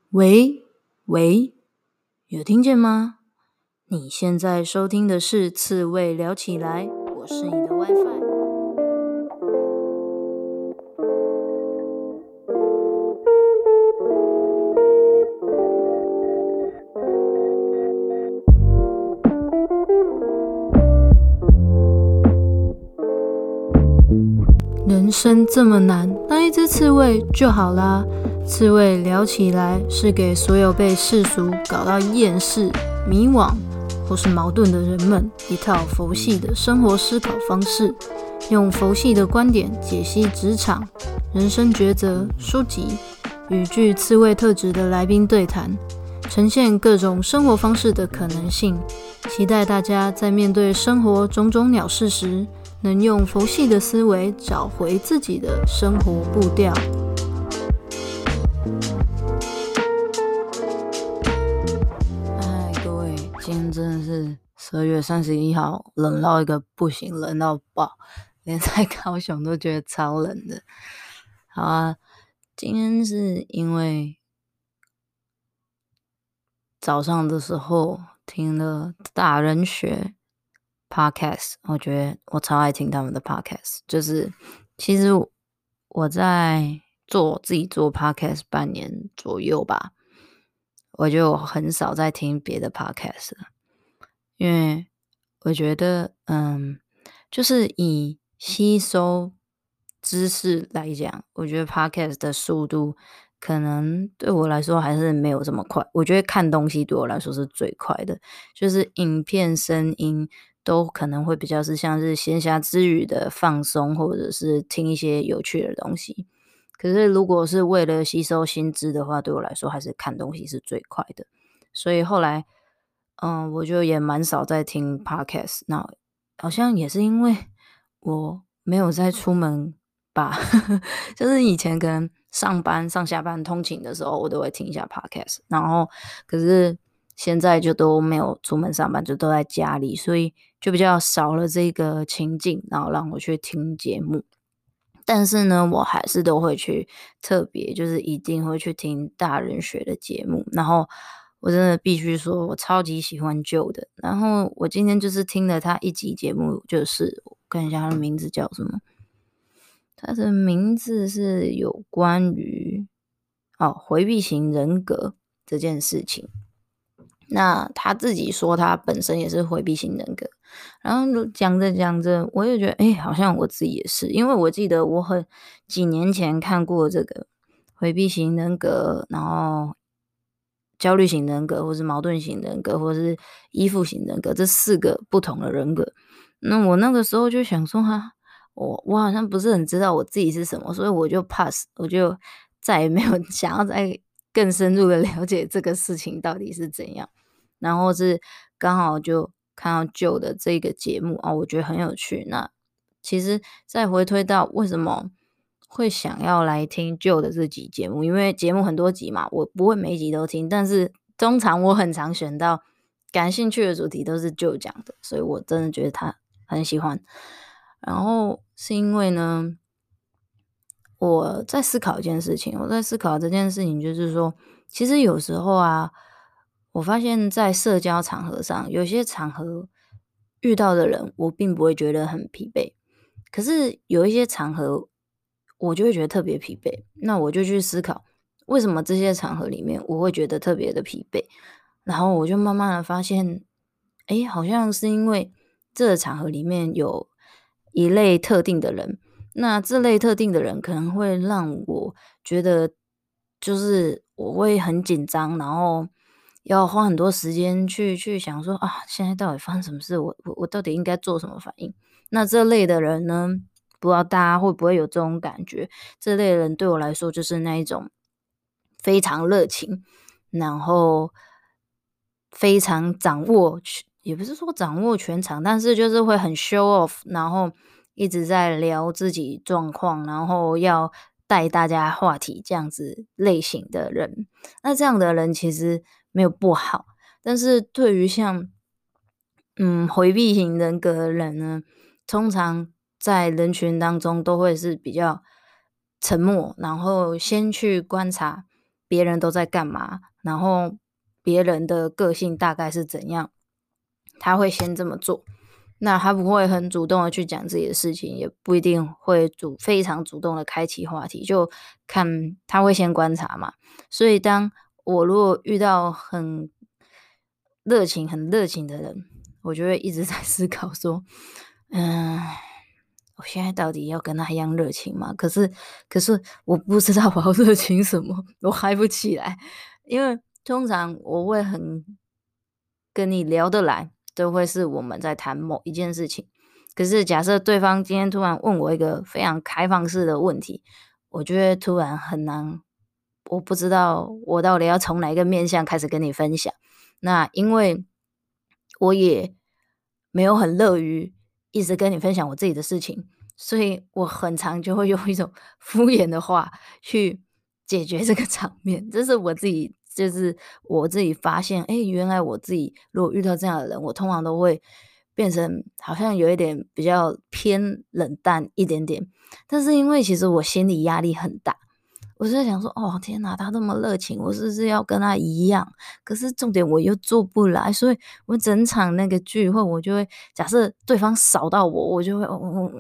喂，有听见吗？你现在收听的是刺猬聊起来，我是你的 WiFi。人生这么难，当一只刺猬就好啦。刺猬聊起来是给所有被世俗搞到厌世、迷惘或是矛盾的人们一套佛系的生活思考方式，用佛系的观点解析职场、人生抉择、书籍，与具刺猬特质的来宾对谈，呈现各种生活方式的可能性。期待大家在面对生活种种鸟事时，能用佛系的思维找回自己的生活步调。各位，今天真的是12月31号，冷到一个不行，冷到爆，连在高雄都觉得超冷的。好啊，今天是因为早上的时候听了大人学 podcast， 我觉得我超爱听他们的 podcast。就是其实我在自己做 podcast 半年左右吧，我就很少在听别的 podcast 了，因为我觉得就是以吸收知识来讲，我觉得 podcast 的速度可能对我来说还是没有这么快。我觉得看东西对我来说是最快的，就是影片、声音都可能会比较是像是闲暇之余的放松，或者是听一些有趣的东西。可是如果是为了吸收新知的话，对我来说还是看东西是最快的。所以后来我就也蛮少在听 podcast。那好像也是因为我没有再出门吧就是以前可能上班上下班通勤的时候我都会听一下 podcast， 然后可是现在就都没有出门上班，就都在家里，所以就比较少了这个情境，然后让我去听节目。但是呢，我还是都会去特别就是一定会去听大人学的节目，然后我真的必须说我超级喜欢Joe的。然后我今天就是听了他一集节目，就是我看一下他的名字叫什么，他的名字是有关于回避型人格这件事情。那他自己说他本身也是回避型人格，然后讲着讲着我也觉得好像我自己也是。因为我记得我几年前看过这个回避型人格，然后焦虑型人格，或是矛盾型人格，或是依附型人格，这4个不同的人格。那我那个时候就想说我好像不是很知道我自己是什么，所以我就 pass， 我就再也没有想要再更深入的了解这个事情到底是怎样。然后是刚好就看到Joe的这个节目我觉得很有趣。那其实再回推到为什么会想要来听Joe的这集节目，因为节目很多集嘛，我不会每一集都听，但是通常我很常选到感兴趣的主题都是Joe讲的，所以我真的觉得他很喜欢。然后是因为呢，我在思考一件事情，这件事情就是说，其实有时候我发现在社交场合上，有些场合遇到的人，我并不会觉得很疲惫，可是有一些场合，我就会觉得特别疲惫。那我就去思考，为什么这些场合里面我会觉得特别的疲惫？然后我就慢慢的发现，好像是因为这个场合里面有一类特定的人，那这类特定的人可能会让我觉得，就是我会很紧张，然后要花很多时间去想说现在到底发生什么事，我到底应该做什么反应？那这类的人呢，不知道大家会不会有这种感觉？这类的人对我来说就是那一种非常热情，然后非常也不是说掌握全场，但是就是会很 show off， 然后一直在聊自己状况，然后要带大家话题这样子类型的人。那这样的人其实没有不好，但是对于像回避型人格的人呢，通常在人群当中都会是比较沉默，然后先去观察， 别人都在干嘛，然后别人的个性大概是怎样，他会先这么做。那他不会很主动的去讲自己的事情，也不一定会非常主动的开启话题，就看他会先观察嘛。所以当我如果遇到很热情的人，我就会一直在思考说，我现在到底要跟他一样热情吗？可是我不知道我要热情什么，我嗨不起来，因为通常我会很跟你聊得来，都会是我们在谈某一件事情。可是假设对方今天突然问我一个非常开放式的问题，我就会突然很难，我不知道我到底要从哪一个面向开始跟你分享。那因为我也没有很乐于一直跟你分享我自己的事情，所以我很常就会用一种敷衍的话去解决这个场面。这是我自己发现，原来我自己如果遇到这样的人，我通常都会变成好像有一点比较偏冷淡一点点。但是因为其实我心理压力很大，我就在想说，哦天哪，他那么热情，我是不是要跟他一样？可是重点我又做不来，所以我整场那个聚会，我就会假设对方扫到我，我就会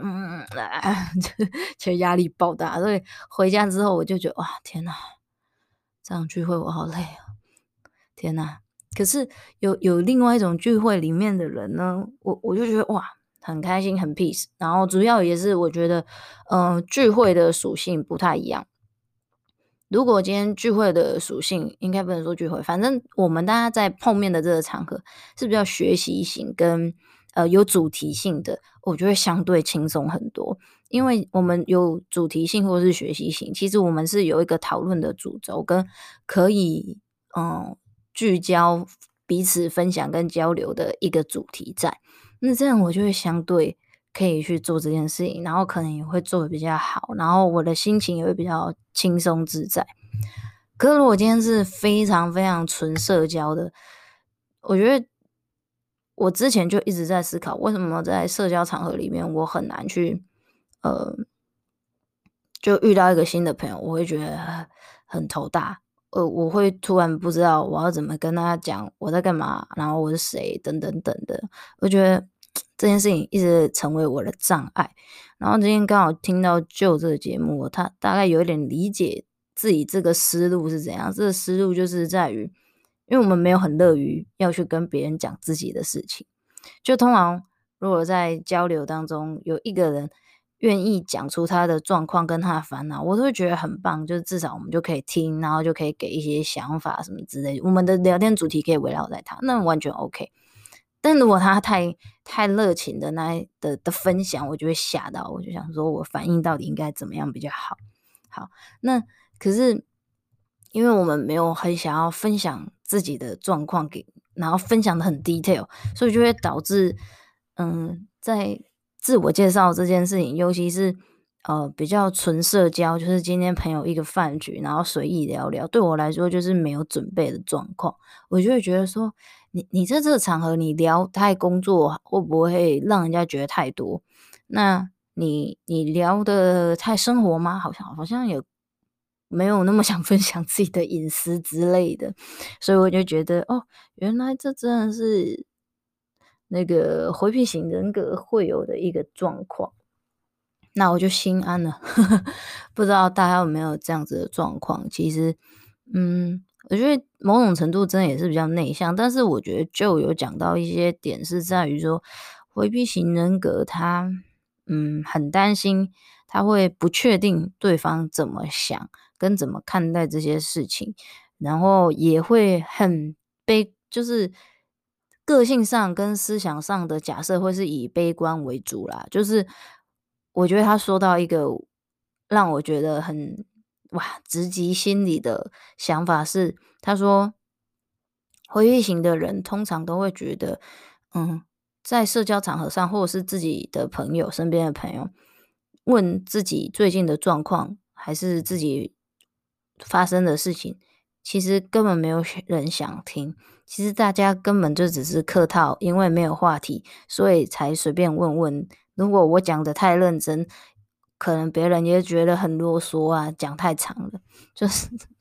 就压力爆大。所以回家之后，我就觉得哇，天哪，这场聚会我好累啊，天哪！可是有另外一种聚会里面的人呢，我就觉得哇，很开心，很 peace。然后主要也是我觉得，聚会的属性不太一样。如果今天聚会的属性，应该不能说聚会，反正我们大家在碰面的这个场合是比较学习型跟有主题性的，我觉得相对轻松很多。因为我们有主题性或是学习型，其实我们是有一个讨论的主轴，跟可以聚焦彼此分享跟交流的一个主题在。那这样我就会相对可以去做这件事情，然后可能也会做得比较好，然后我的心情也会比较轻松自在。可是如果今天是非常非常纯社交的，我觉得我之前就一直在思考，为什么在社交场合里面我很难去，呃，就遇到一个新的朋友，我会觉得很头大。我会突然不知道我要怎么跟他讲我在干嘛，然后我是谁，等等等的。我觉得这件事情一直成为我的障碍。然后今天刚好听到就这个节目，他大概有一点理解自己这个思路是怎样。这个思路就是在于，因为我们没有很乐于要去跟别人讲自己的事情。就通常如果在交流当中有一个人愿意讲出他的状况跟他的烦恼，我都会觉得很棒，就是至少我们就可以听，然后就可以给一些想法什么之类的，我们的聊天主题可以围绕在他，那完全 OK。但如果他太热情的的分享，我就会吓到，我就想说我反应到底应该怎么样比较好。好，那可是因为我们没有很想要分享自己的状况然后分享的很 detail，所以就会导致，在自我介绍这件事情，尤其是比较纯社交，就是今天朋友一个饭局，然后随意聊聊，对我来说就是没有准备的状况，我就会觉得说，你在这个场合你聊太工作，会不会让人家觉得太多？那你聊的太生活吗？好像也没有那么想分享自己的隐私之类的，所以我就觉得哦，原来这真的是那个回避型人格会有的一个状况。那我就心安了，不知道大家有没有这样子的状况？其实，我觉得某种程度真的也是比较内向，但是我觉得就有讲到一些点是在于说，回避型人格他，很担心，他会不确定对方怎么想，跟怎么看待这些事情，然后也会很就是个性上跟思想上的假设会是以悲观为主啦。就是我觉得他说到一个让我觉得很哇直击心里的想法是，他说回避型的人通常都会觉得，在社交场合上，或者是自己的朋友身边的朋友问自己最近的状况，还是自己发生的事情，其实根本没有人想听。其实大家根本就只是客套，因为没有话题，所以才随便问问。如果我讲的太认真，可能别人也觉得很啰嗦啊，讲太长了。就是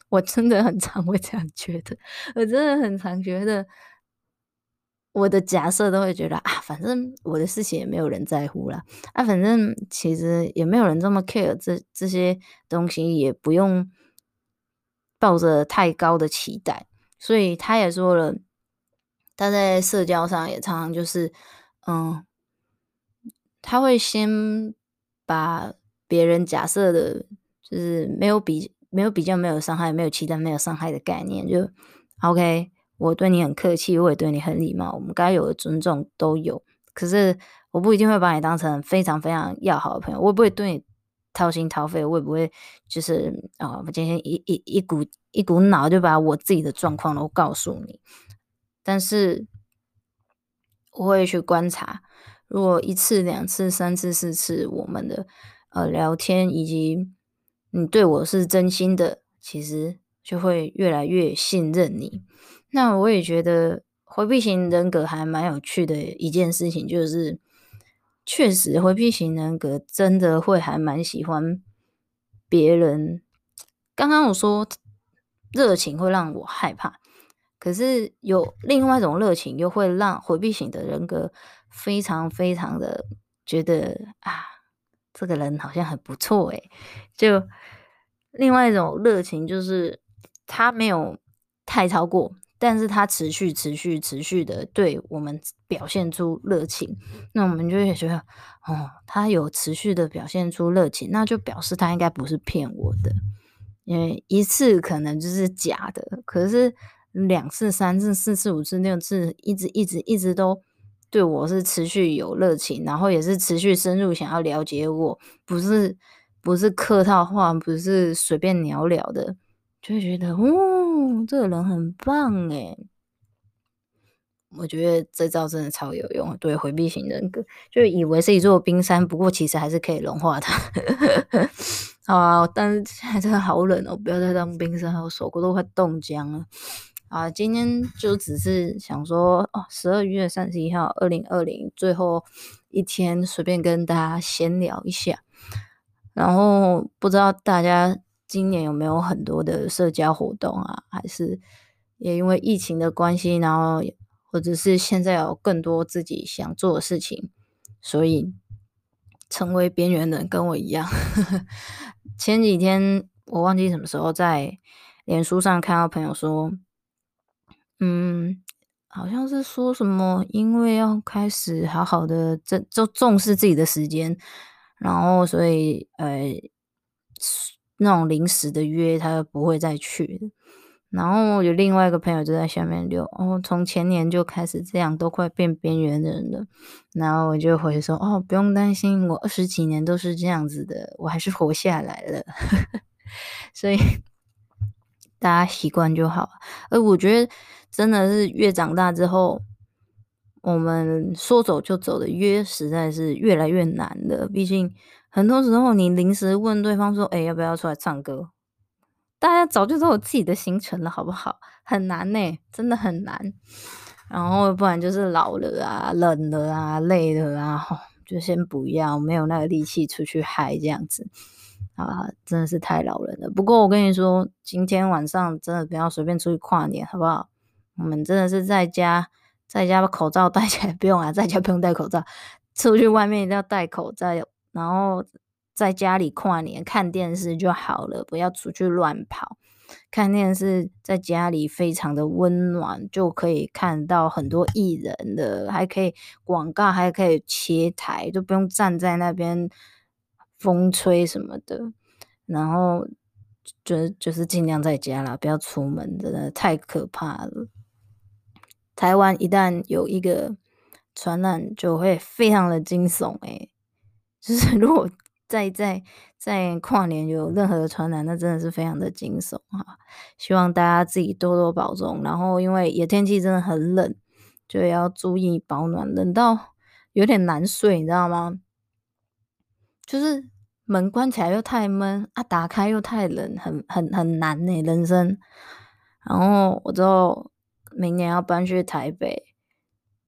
我真的很常会这样觉得，我真的很常觉得我的假设都会觉得啊，反正我的事情也没有人在乎啦，啊，反正其实也没有人这么 care 这些东西，也不用抱着太高的期待。所以他也说了，他在社交上也常常就是，嗯，他会先把别人假设的，就是没有比较、没有伤害、没有期待、没有伤害的概念，就 OK。我对你很客气，我也对你很礼貌，我们该有的尊重都有。可是我不一定会把你当成非常非常要好的朋友，我也不会对你掏心掏肺，我也不会就是我今天一股脑就把我自己的状况都告诉你。但是我会去观察，如果一次、两次、三次、四次，我们的聊天以及你对我是真心的，其实就会越来越信任你。那我也觉得回避型人格还蛮有趣的一件事情，就是确实回避型人格真的会还蛮喜欢别人。刚刚我说热情会让我害怕，可是有另外一种热情，又会让回避型的人格非常非常的觉得啊，这个人好像很不错诶。就另外一种热情，就是他没有太超过，但是他持续的对我们表现出热情，那我们就会觉得他有持续的表现出热情，那就表示他应该不是骗我的。因为一次可能就是假的，可是两次、三次、四次、五次、六次，一直都对我是持续有热情，然后也是持续深入想要了解我，不是客套话，不是随便聊聊的，就会觉得这个人很棒诶。我觉得这招真的超有用，对回避型人格，就以为是一座冰山，不过其实还是可以融化它。好啊，但是现在真的好冷哦，不要再当冰山，我手都快冻僵了。啊，今天就只是想说，12月31号，2020最后一天，随便跟大家闲聊一下。然后不知道大家今年有没有很多的社交活动啊？还是也因为疫情的关系，然后或者是现在有更多自己想做的事情，所以成为边缘人，跟我一样。前几天我忘记什么时候在脸书上看到朋友说，嗯，好像是说什么，因为要开始好好的就重视自己的时间，然后所以那种临时的约他不会再去了。然后有另外一个朋友就在下面留，从前年就开始这样，都快变边缘人了。然后我就回说，不用担心，我20几年都是这样子的，我还是活下来了。所以大家习惯就好。而我觉得真的是越长大之后，我们说走就走的约实在是越来越难了。毕竟很多时候你临时问对方说，要不要出来唱歌？大家早就都有自己的行程了，好不好？很难呢，真的很难。然后不然就是老了啊、冷了啊、累了啊，就先不要，没有那个力气出去嗨这样子啊，真的是太老人了。不过我跟你说，今天晚上真的不要随便出去跨年，好不好？我们真的是在家把口罩戴起来，不用啊，在家不用戴口罩，出去外面一定要戴口罩，然后在家里跨年看电视就好了，不要出去乱跑。看电视在家里非常的温暖，就可以看到很多艺人的，还可以广告，还可以切台，就不用站在那边风吹什么的。然后就是尽量在家啦，不要出门，真的太可怕了。台湾一旦有一个传染，就会非常的惊悚就是如果在跨年有任何的传染，那真的是非常的惊悚哈。希望大家自己多多保重，然后因为也天气真的很冷，就也要注意保暖，冷到有点难睡，你知道吗？就是门关起来又太闷啊，打开又太冷，很难呢，人生。然后我之后明年要搬去台北，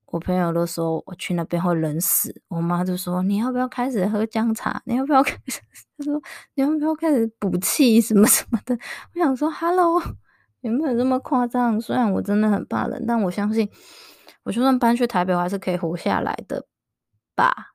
我朋友都说我去那边会冷死，我妈就说你要不要开始喝姜茶？你要不要开始？她说你要不要开始补气什么什么的？我想说，Hello，有没有这么夸张？虽然我真的很怕冷，但我相信我就算搬去台北，我还是可以活下来的吧。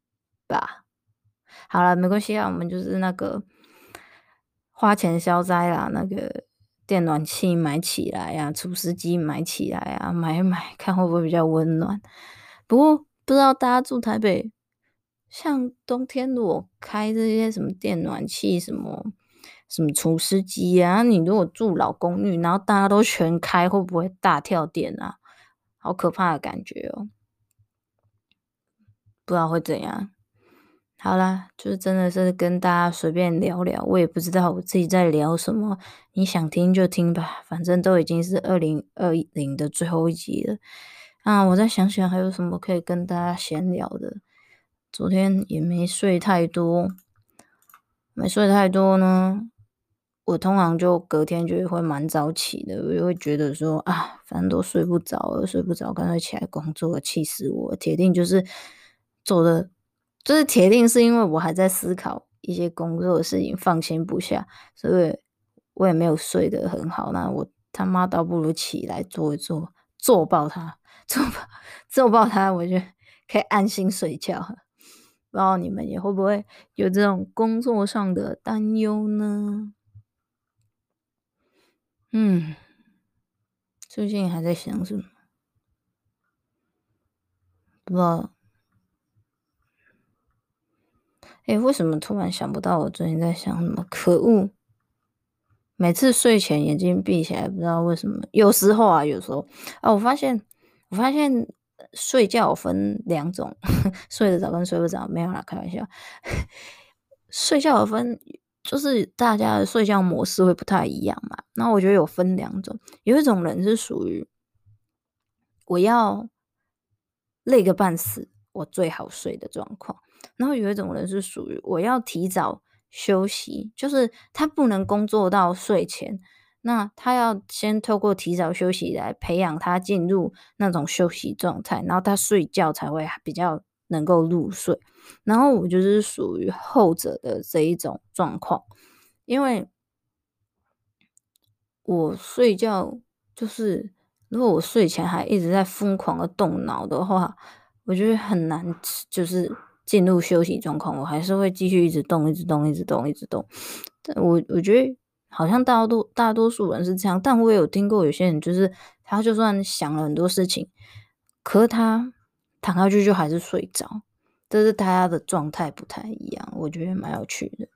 好了，没关系啊，我们就是那个花钱消灾啦，那个电暖器买起来啊，除湿机买起来啊，买一买看会不会比较温暖。不过不知道大家住台北，像冬天如果开这些什么电暖器、什么除湿机啊，你如果住老公寓，然后大家都全开，会不会大跳电啊？好可怕的感觉哦，不知道会怎样。好啦，就是真的是跟大家随便聊聊，我也不知道我自己在聊什么，你想听就听吧，反正都已经是2020的最后一集了。我再想想还有什么可以跟大家闲聊的。昨天也没睡太多，呢，我通常就隔天就会蛮早起的，我就会觉得说反正都睡不着了，睡不着，干脆起来工作，气死我！铁定就是做的，就是铁定是因为我还在思考一些工作的事情，放心不下，所以我也没有睡得很好。那我他妈倒不如起来做一做，做爆它，做爆它，我就可以安心睡觉。不知道你们也会不会有这种工作上的担忧呢？嗯，最近还在想什么？不知道，为什么突然想不到我最近在想什么？可恶！每次睡前眼睛闭起来，不知道为什么，有时候我发现睡觉有分两种，睡得着跟睡不着，没有啦，开玩笑。睡觉有分，就是大家的睡觉模式会不太一样嘛。然后我觉得有分两种，有一种人是属于我要累个半死，我最好睡的状况。然后有一种人是属于我要提早休息，就是他不能工作到睡前，那他要先透过提早休息来培养他进入那种休息状态，然后他睡觉才会比较能够入睡。然后我就是属于后者的这一种状况，因为我睡觉就是如果我睡前还一直在疯狂的动脑的话，我觉得很难就是进入休息状况，我还是会继续一直动，一直动，一直动，一直动。但我觉得好像大多数人是这样，但我也有听过有些人就是他就算想了很多事情，可是他躺下去就还是睡着，这是大家的状态不太一样，我觉得蛮有趣的。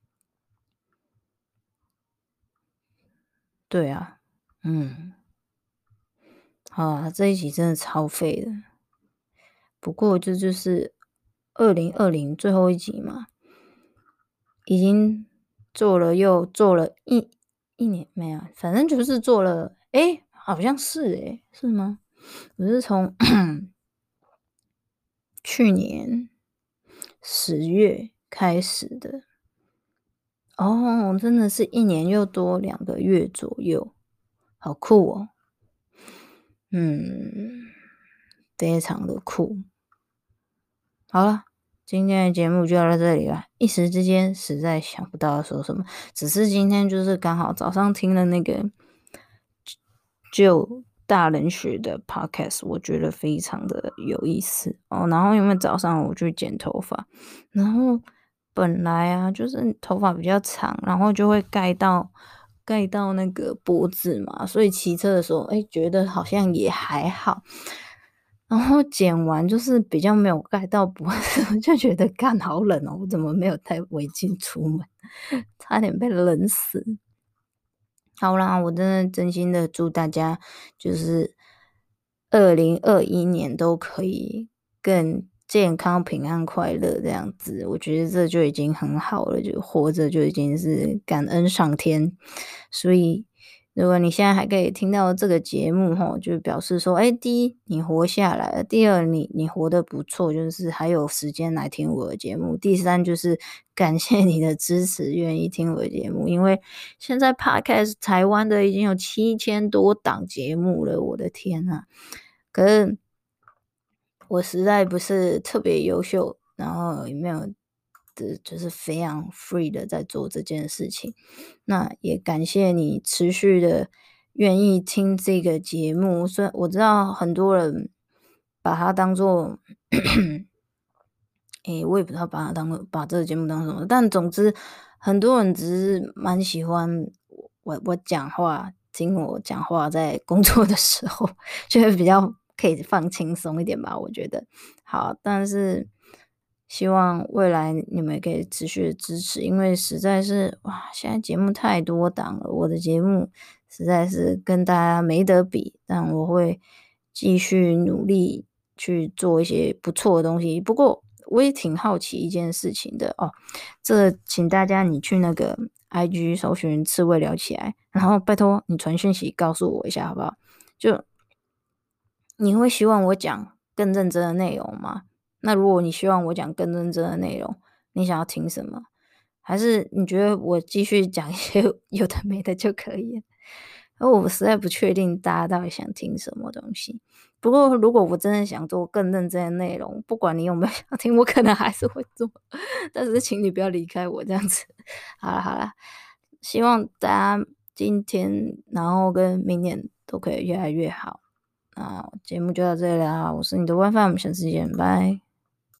对啊，嗯。好啊，这一集真的超废的。不过这就是2020最后一集嘛，已经又做了一年没有，反正就是做了，好像是是吗？我是从去年10月开始的，真的是1年又多2个月左右，好酷哦，嗯，非常的酷。好了，今天的节目就到这里了。一时之间实在想不到要说什么，只是今天就是刚好早上听了那个就大人学的 podcast，我觉得非常的有意思哦。然后因为早上我去剪头发，然后本来就是头发比较长，然后就会盖到那个脖子嘛，所以骑车的时候，觉得好像也还好。然后剪完就是比较没有盖到脖子，我就觉得干好冷哦，我怎么没有带围巾出门，差点被冷死。好啦，我真的真心的祝大家就是2021年都可以更健康、平安、快乐这样子，我觉得这就已经很好了，就活着就已经是感恩上天。所以如果你现在还可以听到这个节目吼，就表示说，第一你活下来了，第二你活得不错，就是还有时间来听我的节目，第三就是感谢你的支持，愿意听我的节目，因为现在 Podcast 台湾的已经有7000多档节目了，我的天啊！可是我实在不是特别优秀，然后也没有就是非常 free 的在做这件事情。那也感谢你持续的愿意听这个节目，虽然我知道很多人把它当做我也不知道把这个节目当什么，但总之很多人只是蛮喜欢我讲话，听我讲话，在工作的时候就会比较可以放轻松一点吧，我觉得。好，但是希望未来你们也可以持续的支持，因为实在是哇，现在节目太多档了，我的节目实在是跟大家没得比，但我会继续努力去做一些不错的东西。不过我也挺好奇一件事情的哦，这请大家你去那个 IG 搜寻刺猬聊起来，然后拜托你传讯息告诉我一下好不好？就你会希望我讲更认真的内容吗？那如果你希望我讲更认真的内容，你想要听什么？还是你觉得我继续讲一些有的没的就可以了？而我实在不确定大家到底想听什么东西。不过如果我真的想做更认真的内容，不管你有没有想听，我可能还是会做。但是请你不要离开我这样子。好了好了，希望大家今天然后跟明年都可以越来越好。那节目就到这里啦，我是你的 WiFi，我们下次见，拜。